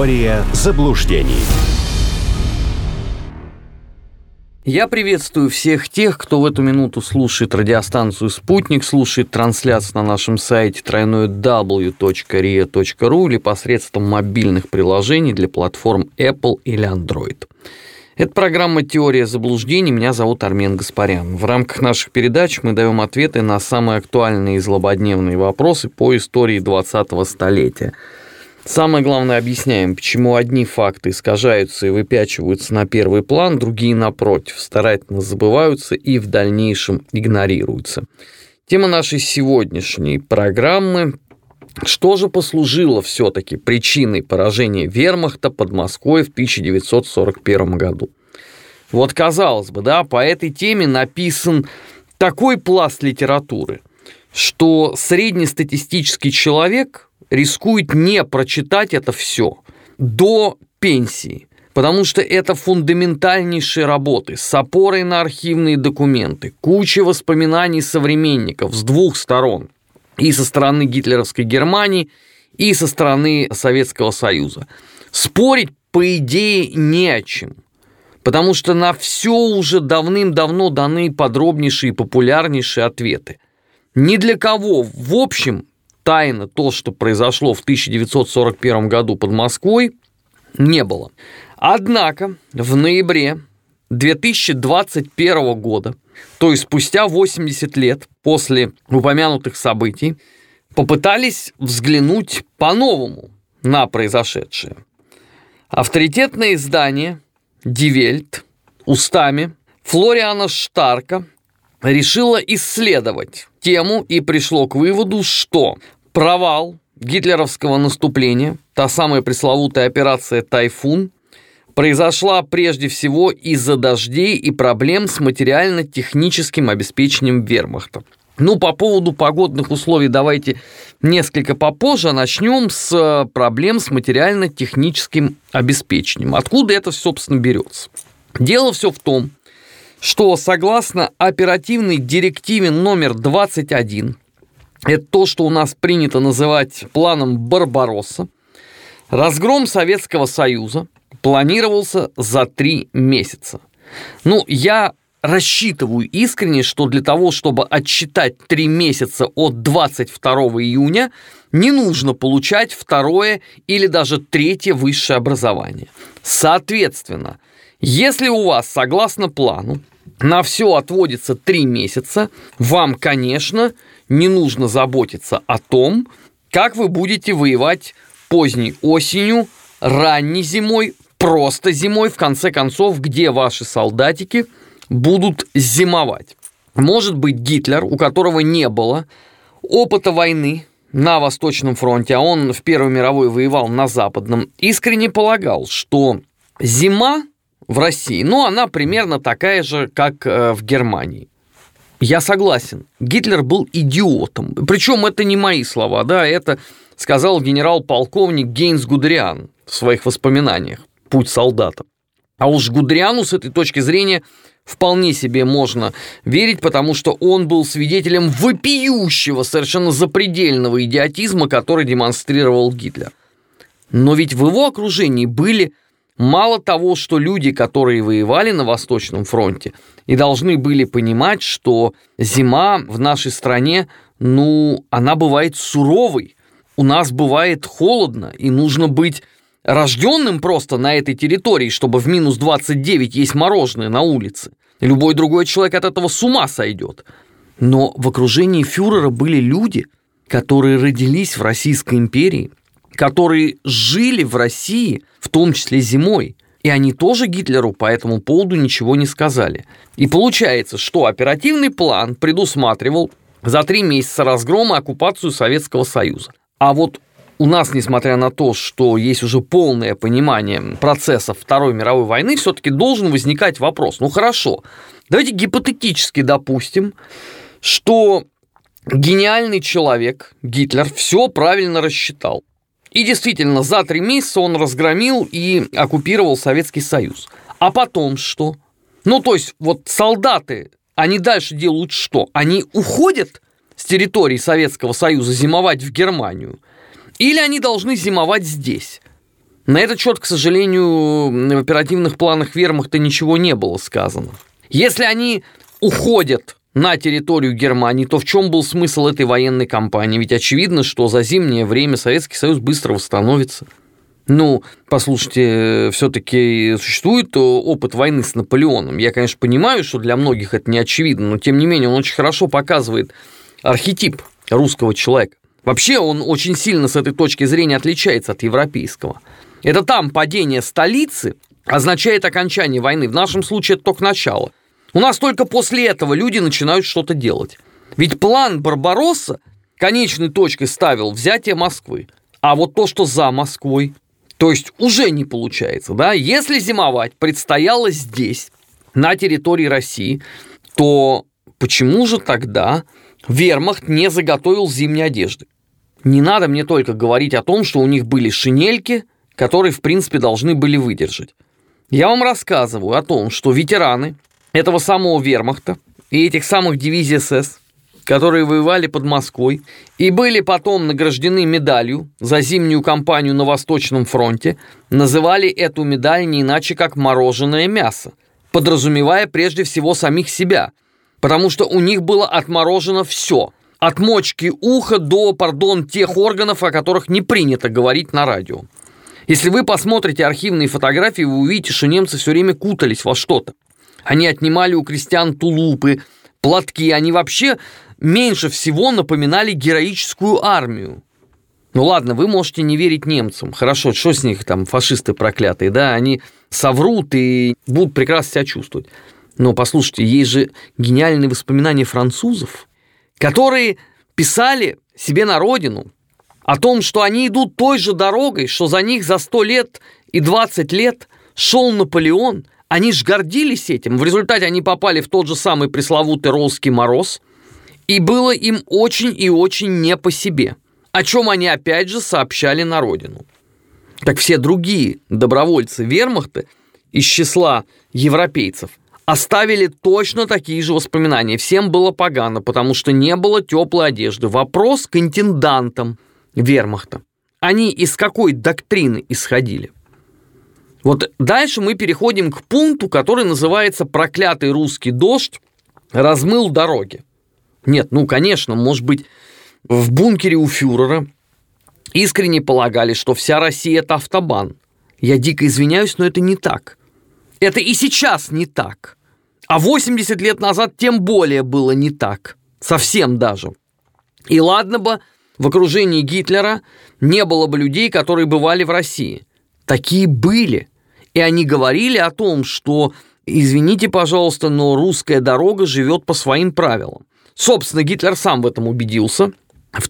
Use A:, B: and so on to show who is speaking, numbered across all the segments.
A: Теория заблуждений.
B: Я приветствую всех тех, кто в эту минуту слушает радиостанцию «Спутник», слушает трансляцию на нашем сайте www.ria.ru или посредством мобильных приложений для платформ Apple или Android. Это программа «Теория заблуждений». Меня зовут Армен Гаспарян. В рамках наших передач мы даем ответы на самые актуальные и злободневные вопросы по истории 20-го столетия. Самое главное, объясняем, почему одни факты искажаются и выпячиваются на первый план, другие, напротив, старательно забываются и в дальнейшем игнорируются. Тема нашей сегодняшней программы – что же послужило все-таки причиной поражения вермахта под Москвой в 1941 году? Вот, казалось бы, да, по этой теме написан такой пласт литературы, что среднестатистический человек рискует не прочитать это все до пенсии, потому что это фундаментальнейшие работы с опорой на архивные документы, куча воспоминаний современников с двух сторон, и со стороны гитлеровской Германии, и со стороны Советского Союза. Спорить, по идее, не о чем, потому что на все уже давным-давно даны подробнейшие и популярнейшие ответы. Ни для кого, в общем, тайна то, что произошло в 1941 году под Москвой, не было. Однако в ноябре 2021 года, то есть спустя 80 лет после упомянутых событий, попытались взглянуть по-новому на произошедшее. Авторитетное издание Die Welt устами Флориана Штарка решило исследовать тему и пришло к выводу, что провал гитлеровского наступления, та самая пресловутая операция «Тайфун», произошла прежде всего из-за дождей и проблем с материально-техническим обеспечением вермахта. По поводу погодных условий давайте несколько попозже, а начнем с проблем с материально-техническим обеспечением. Откуда это, собственно, берется? Дело все в том, что согласно оперативной директиве номер 21, это то, что у нас принято называть планом Барбаросса, разгром Советского Союза планировался за 3 месяца. Я рассчитываю искренне, что для того, чтобы отсчитать 3 месяца от 22 июня, не нужно получать 2-е или даже 3-е высшее образование. Соответственно, если у вас, согласно плану, на все отводится 3 месяца, вам, конечно, не нужно заботиться о том, как вы будете воевать поздней осенью, ранней зимой, просто зимой, в конце концов, где ваши солдатики будут зимовать. Может быть, Гитлер, у которого не было опыта войны на Восточном фронте, а он в Первой мировой воевал на Западном, искренне полагал, что зима в России, она примерно такая же, как в Германии. Я согласен, Гитлер был идиотом. Причем это не мои слова, да, это сказал генерал-полковник Гейнс Гудериан в своих воспоминаниях «Путь солдата». А уж Гудериану с этой точки зрения вполне себе можно верить, потому что он был свидетелем вопиющего, совершенно запредельного идиотизма, который демонстрировал Гитлер. Но ведь в его окружении были мало того, что люди, которые воевали на Восточном фронте, и должны были понимать, что зима в нашей стране, она бывает суровой. У нас бывает холодно, и нужно быть рожденным просто на этой территории, чтобы в минус 29 есть мороженое на улице. И любой другой человек от этого с ума сойдет. Но в окружении фюрера были люди, которые родились в Российской империи, которые жили в России, в том числе зимой. И они тоже Гитлеру по этому поводу ничего не сказали. И получается, что оперативный план предусматривал за 3 месяца разгром и оккупацию Советского Союза. А вот у нас, несмотря на то, что есть уже полное понимание процессов Второй мировой войны, все-таки должен возникать вопрос. Хорошо, давайте гипотетически допустим, что гениальный человек, Гитлер, все правильно рассчитал. И действительно, за 3 месяца он разгромил и оккупировал Советский Союз. А потом что? То есть, солдаты, они дальше делают что? Они уходят с территории Советского Союза зимовать в Германию? Или они должны зимовать здесь? На этот счет, к сожалению, в оперативных планах вермахта ничего не было сказано. Если они уходят на территорию Германии, то в чем был смысл этой военной кампании? Ведь очевидно, что за зимнее время Советский Союз быстро восстановится. Послушайте, все-таки существует опыт войны с Наполеоном. Я, конечно, понимаю, что для многих это не очевидно, но тем не менее он очень хорошо показывает архетип русского человека. Вообще он очень сильно с этой точки зрения отличается от европейского. Это там падение столицы означает окончание войны. В нашем случае это только начало. У нас только после этого люди начинают что-то делать. Ведь план Барбаросса конечной точкой ставил взятие Москвы. А вот то, что за Москвой, то есть уже не получается, да? Если зимовать предстояло здесь, на территории России, то почему же тогда вермахт не заготовил зимней одежды? Не надо мне только говорить о том, что у них были шинельки, которые, в принципе, должны были выдержать. Я вам рассказываю о том, что ветераны этого самого вермахта и этих самых дивизий СС, которые воевали под Москвой и были потом награждены медалью за зимнюю кампанию на Восточном фронте, называли эту медаль не иначе как «мороженое мясо», подразумевая прежде всего самих себя, потому что у них было отморожено все, от мочки уха до, тех органов, о которых не принято говорить на радио. Если вы посмотрите архивные фотографии, вы увидите, что немцы все время кутались во что-то. Они отнимали у крестьян тулупы, платки, они вообще меньше всего напоминали героическую армию. Ладно, вы можете не верить немцам. Хорошо, что с них там, фашисты проклятые, да, они соврут и будут прекрасно себя чувствовать. Но послушайте, есть же гениальные воспоминания французов, которые писали себе на родину о том, что они идут той же дорогой, что за них за 100 лет и 20 лет шел Наполеон. Они ж гордились этим. В результате они попали в тот же самый пресловутый Роллский мороз, и было им очень и очень не по себе, о чем они опять же сообщали на родину. Так все другие добровольцы вермахта из числа европейцев оставили точно такие же воспоминания. Всем было погано, потому что не было теплой одежды. Вопрос к интендантам вермахта. Они из какой доктрины исходили? Вот дальше мы переходим к пункту, который называется «Проклятый русский дождь размыл дороги». Нет, конечно, может быть, в бункере у фюрера искренне полагали, что вся Россия – это автобан. Я дико извиняюсь, но это не так. Это и сейчас не так. А 80 лет назад тем более было не так. Совсем даже. И ладно бы, в окружении Гитлера не было бы людей, которые бывали в России. Такие были. И они говорили о том, что, извините, пожалуйста, но русская дорога живет по своим правилам. Собственно, Гитлер сам в этом убедился в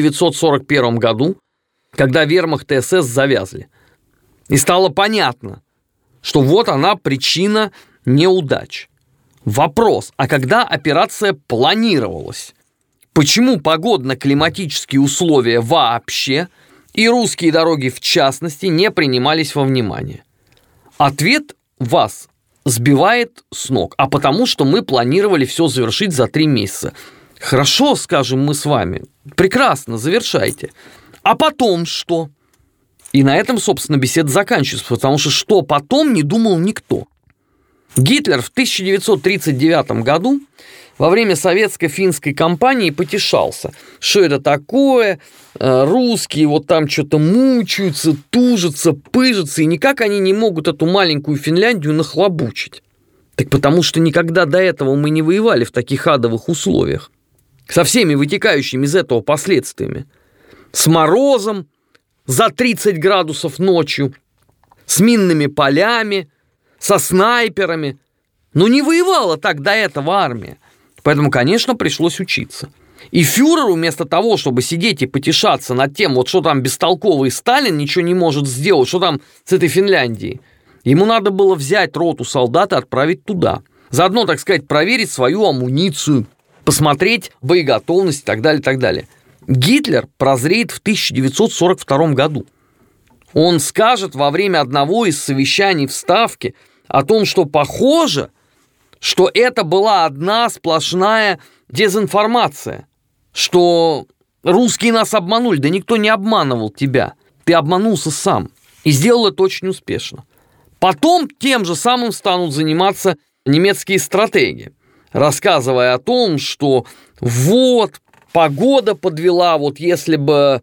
B: 1941 году, когда вермахт и СС завязли. И стало понятно, что вот она причина неудач. Вопрос, а когда операция планировалась? Почему погодно-климатические условия вообще и русские дороги в частности не принимались во внимание? Ответ вас сбивает с ног, а потому что мы планировали все завершить за 3 месяца. Хорошо, скажем мы с вами, прекрасно, завершайте. А потом что? И на этом, собственно, беседа заканчивается, потому что потом не думал никто. Гитлер в 1939 году во время советско-финской кампании потешался, что это такое, русские вот там что-то мучаются, тужатся, пыжатся, и никак они не могут эту маленькую Финляндию нахлобучить. Так потому что никогда до этого мы не воевали в таких адовых условиях, со всеми вытекающими из этого последствиями. С морозом за 30 градусов ночью, с минными полями, со снайперами. Но не воевала так до этого армия. Поэтому, конечно, пришлось учиться. И фюреру вместо того, чтобы сидеть и потешаться над тем, вот что там бестолковый Сталин ничего не может сделать, что там с этой Финляндией, ему надо было взять роту солдат и отправить туда. Заодно, так сказать, проверить свою амуницию, посмотреть боеготовность и так далее, и так далее. Гитлер прозреет в 1942 году. Он скажет во время одного из совещаний в Ставке о том, что похоже, что это была одна сплошная дезинформация, что русские нас обманули. Да никто не обманывал тебя, ты обманулся сам. И сделал это очень успешно. Потом тем же самым станут заниматься немецкие стратеги, рассказывая о том, что вот погода подвела, вот если бы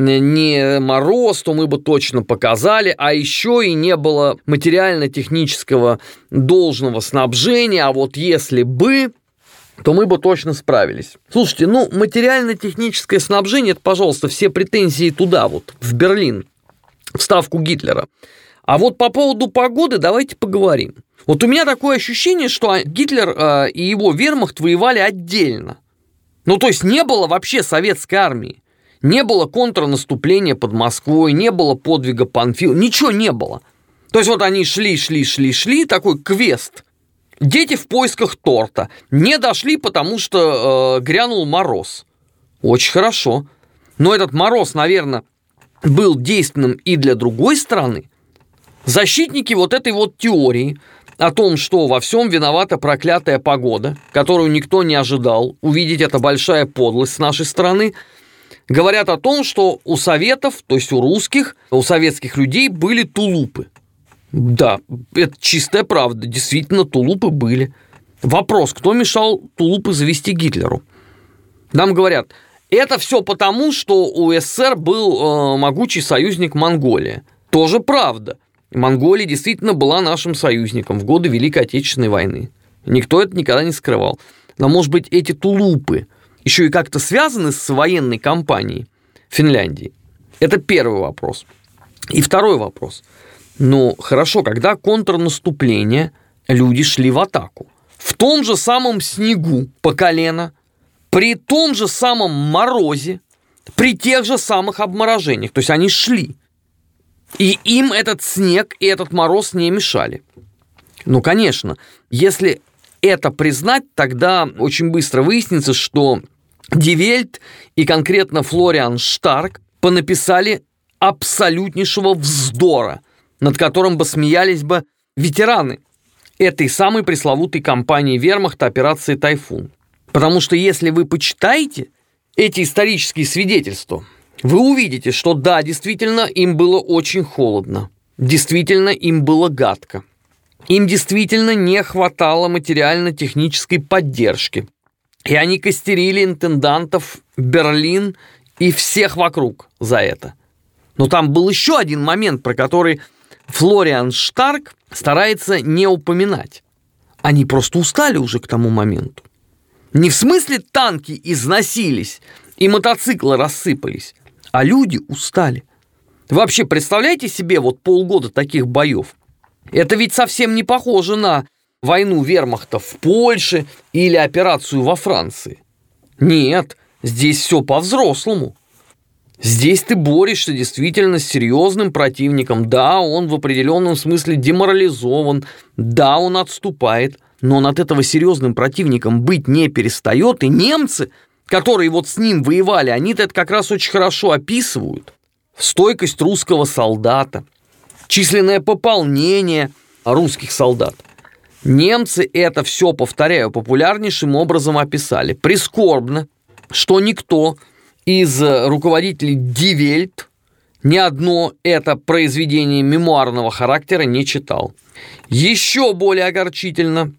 B: не мороз, то мы бы точно показали, а еще и не было материально-технического должного снабжения, а вот если бы, то мы бы точно справились. Слушайте, материально-техническое снабжение, это, пожалуйста, все претензии туда, вот, в Берлин, в ставку Гитлера. А вот по поводу погоды давайте поговорим. Вот у меня такое ощущение, что Гитлер и его вермахт воевали отдельно. То есть не было вообще советской армии. Не было контрнаступления под Москвой, не было подвига Панфилова, ничего не было. То есть вот они шли, такой квест. Дети в поисках торта. Не дошли, потому что грянул мороз. Очень хорошо. Но этот мороз, наверное, был действенным и для другой стороны. Защитники вот этой вот теории о том, что во всем виновата проклятая погода, которую никто не ожидал увидеть, это большая подлость с нашей стороны, говорят о том, что у советов, то есть у русских, у советских людей были тулупы. Да, это чистая правда, действительно тулупы были. Вопрос, кто мешал тулупы завести Гитлеру? Нам говорят, это все потому, что у СССР был могучий союзник Монголия. Тоже правда. Монголия действительно была нашим союзником в годы Великой Отечественной войны. Никто это никогда не скрывал. Но, может быть, эти тулупы еще и как-то связаны с военной кампанией Финляндии? Это первый вопрос. И второй вопрос. Хорошо, когда контрнаступление, люди шли в атаку. В том же самом снегу по колено, при том же самом морозе, при тех же самых обморожениях. То есть они шли. И им этот снег и этот мороз не мешали. Конечно, если это признать, тогда очень быстро выяснится, что Ди Вельт и конкретно Флориан Штарк понаписали абсолютнейшего вздора, над которым бы смеялись бы ветераны этой самой пресловутой кампании вермахта операции «Тайфун». Потому что если вы почитаете эти исторические свидетельства, вы увидите, что да, действительно, им было очень холодно, действительно, им было гадко, им действительно не хватало материально-технической поддержки, и они костерили интендантов Берлин и всех вокруг за это. Но там был еще один момент, про который Флориан Штарк старается не упоминать. Они просто устали уже к тому моменту. Не в смысле танки износились и мотоциклы рассыпались, а люди устали. Вообще, представляете себе вот полгода таких боев? Это ведь совсем не похоже на войну вермахта в Польше или операцию во Франции. Нет, здесь все по-взрослому. Здесь ты борешься действительно с серьезным противником. Да, он в определенном смысле деморализован. Да, он отступает. Но он от этого серьезным противником быть не перестает. И немцы, которые вот с ним воевали, они-то это как раз очень хорошо описывают. Стойкость русского солдата, численное пополнение русских солдат. Немцы это все, повторяю, популярнейшим образом описали. Прискорбно, что никто из руководителей Ди Вельт ни одно это произведение мемуарного характера не читал. Еще более огорчительно,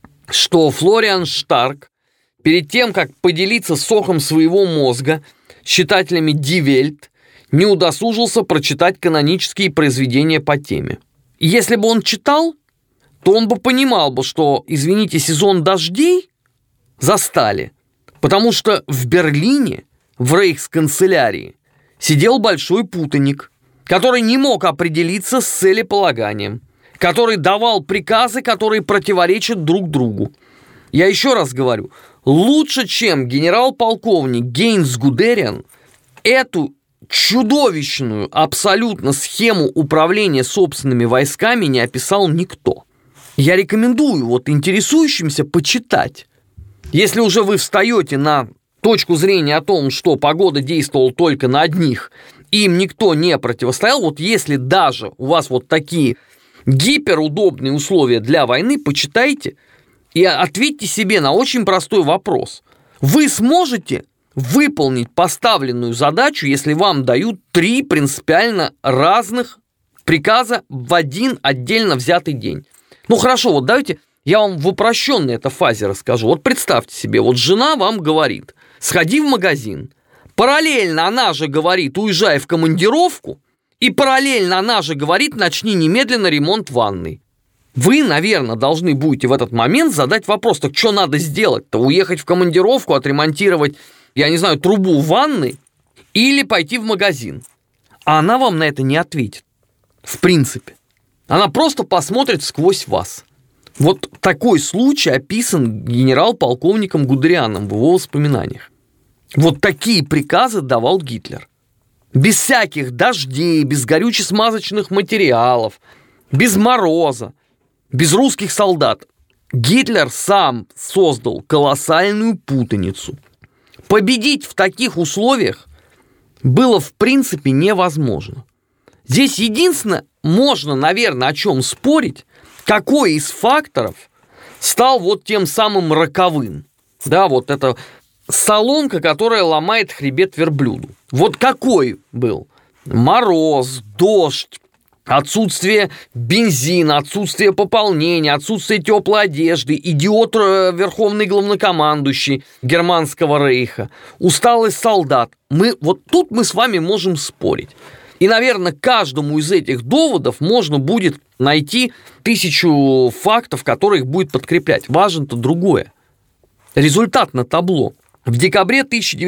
B: что Флориан Штарк перед тем, как поделиться соком своего мозга с читателями Ди Вельт, не удосужился прочитать канонические произведения по теме. Если бы он читал, то он бы понимал бы, что, извините, сезон дождей застали, потому что в Берлине, в рейхсканцелярии, сидел большой путаник, который не мог определиться с целеполаганием, который давал приказы, которые противоречат друг другу. Я еще раз говорю, лучше, чем генерал-полковник Гейнс Гудериан, эту чудовищную абсолютно схему управления собственными войсками не описал никто. Я рекомендую вот интересующимся почитать. Если уже вы встаете на точку зрения о том, что погода действовала только на одних, им никто не противостоял, вот если даже у вас вот такие гиперудобные условия для войны, почитайте и ответьте себе на очень простой вопрос. Вы сможете выполнить поставленную задачу, если вам дают 3 принципиально разных приказа в один отдельно взятый день. Ну хорошо, вот давайте я вам в упрощенной этой фазе расскажу. Вот представьте себе, вот жена вам говорит, сходи в магазин. Параллельно она же говорит, уезжай в командировку. И параллельно она же говорит, начни немедленно ремонт ванной. Вы, наверное, должны будете в этот момент задать вопрос, так что надо сделать-то? Уехать в командировку, отремонтировать, я не знаю, трубу ванны или пойти в магазин? А она вам на это не ответит. В принципе. Она просто посмотрит сквозь вас. Вот такой случай описан генерал-полковником Гудерианом в его воспоминаниях. Вот такие приказы давал Гитлер. Без всяких дождей, без горюче-смазочных материалов, без мороза, без русских солдат. Гитлер сам создал колоссальную путаницу. Победить в таких условиях было в принципе невозможно. Здесь единственное, можно, наверное, о чем спорить, какой из факторов стал вот тем самым роковым. Да, вот это соломка, которая ломает хребет верблюду. Вот какой был? Мороз, дождь, отсутствие бензина, отсутствие пополнения, отсутствие теплой одежды, идиот верховный главнокомандующий Германского рейха, усталость солдат. Вот тут мы с вами можем спорить. И, наверное, каждому из этих доводов можно будет найти 1000 фактов, которые их будет подкреплять. Важно-то другое. Результат на табло. В декабре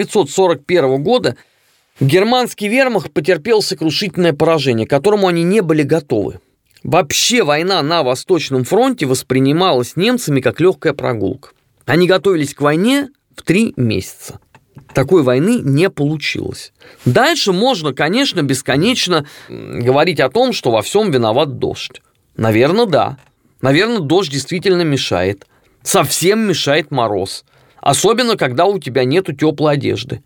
B: 1941 года германский вермахт потерпел сокрушительное поражение, к которому они не были готовы. Вообще война на Восточном фронте воспринималась немцами как легкая прогулка. Они готовились к войне в 3 месяца. Такой войны не получилось. Дальше можно, конечно, бесконечно говорить о том, что во всем виноват дождь. Наверное, да. Наверное, дождь действительно мешает. Совсем мешает мороз. Особенно, когда у тебя нету теплой одежды.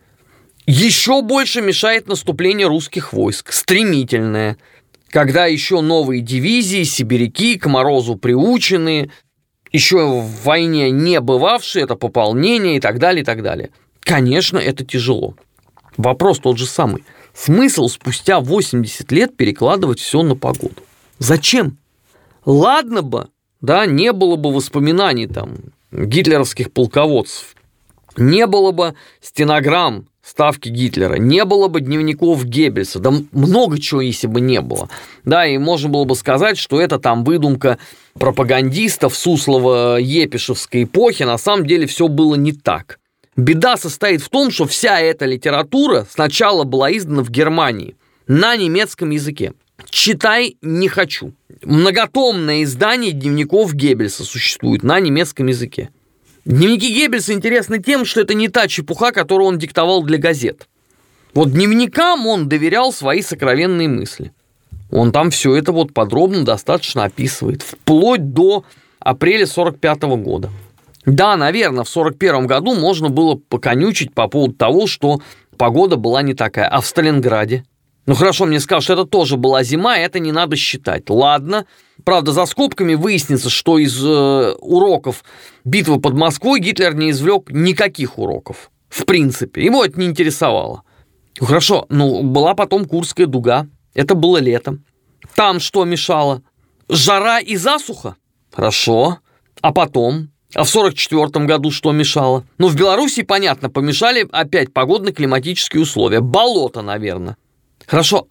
B: Еще больше мешает наступление русских войск. Стремительное. Когда еще новые дивизии, сибиряки к морозу приученные, еще в войне не бывавшие, это пополнение и так далее, и так далее. Конечно, это тяжело. Вопрос тот же самый. Смысл спустя 80 лет перекладывать все на погоду? Зачем? Ладно бы, да, не было бы воспоминаний там гитлеровских полководцев, не было бы стенограмм ставки Гитлера, не было бы дневников Геббельса, да много чего если бы не было. Да, и можно было бы сказать, что это там выдумка пропагандистов Суслово-Епишевской эпохи, на самом деле все было не так. Беда состоит в том, что вся эта литература сначала была издана в Германии на немецком языке. Читай не хочу. Многотомное издание дневников Геббельса существует на немецком языке. Дневники Геббельса интересны тем, что это не та чепуха, которую он диктовал для газет. Вот дневникам он доверял свои сокровенные мысли. Он там все это вот подробно достаточно описывает, вплоть до апреля 1945 года. Да, наверное, в 1941 году можно было поконючить по поводу того, что погода была не такая. А в Сталинграде? Ну хорошо, мне скажут, что это тоже была зима, и это не надо считать. Ладно. Правда, за скобками выяснится, что из уроков битвы под Москвой Гитлер не извлек никаких уроков. В принципе. Его это не интересовало. Ну хорошо, была потом Курская дуга. Это было летом. Там что мешало? Жара и засуха? Хорошо. А потом? А в 1944 году что мешало? В Белоруссии, понятно, помешали опять погодно-климатические условия. Болото, наверное. Хорошо,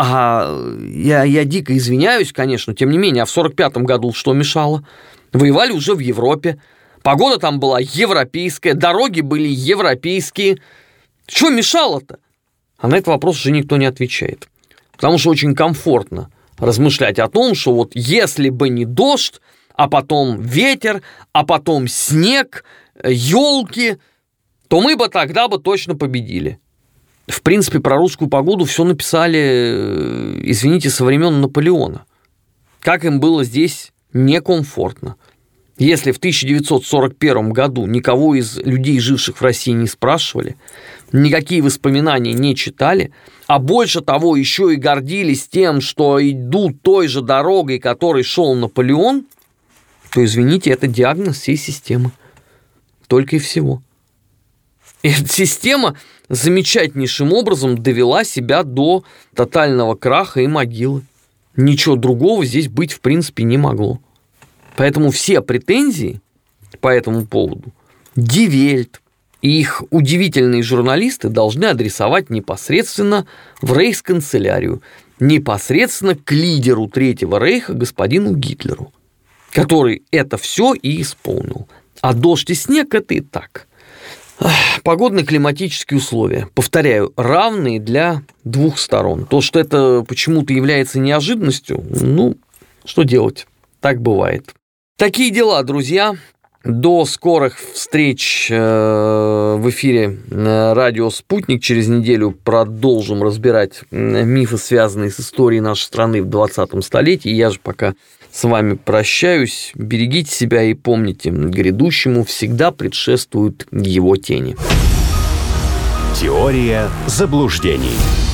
B: я дико извиняюсь, конечно, тем не менее, а в 1945 году что мешало? Воевали уже в Европе. Погода там была европейская, дороги были европейские. Что мешало-то? А на этот вопрос уже никто не отвечает. Потому что очень комфортно размышлять о том, что вот если бы не дождь, а потом ветер, а потом снег, елки, то мы бы тогда точно победили. В принципе, про русскую погоду все написали, извините, со времен Наполеона. Как им было здесь некомфортно. Если в 1941 году никого из людей, живших в России, не спрашивали, никакие воспоминания не читали, а больше того, еще и гордились тем, что идут той же дорогой, которой шел Наполеон, то, извините, это диагноз всей системы. Только и всего. И эта система замечательнейшим образом довела себя до тотального краха и могилы. Ничего другого здесь быть в принципе не могло. Поэтому все претензии по этому поводу Die Welt и их удивительные журналисты должны адресовать непосредственно в рейхсканцелярию, непосредственно к лидеру Третьего рейха, господину Гитлеру, который это все и исполнил. А дождь и снег – это и так. Погодно-климатические условия, повторяю, равные для двух сторон. То, что это почему-то является неожиданностью, что делать, так бывает. Такие дела, друзья. До скорых встреч в эфире радио «Спутник». Через неделю продолжим разбирать мифы, связанные с историей нашей страны в 20 столетии. Я же пока с вами прощаюсь. Берегите себя и помните, грядущему всегда предшествуют его тени.
A: Теория заблуждений.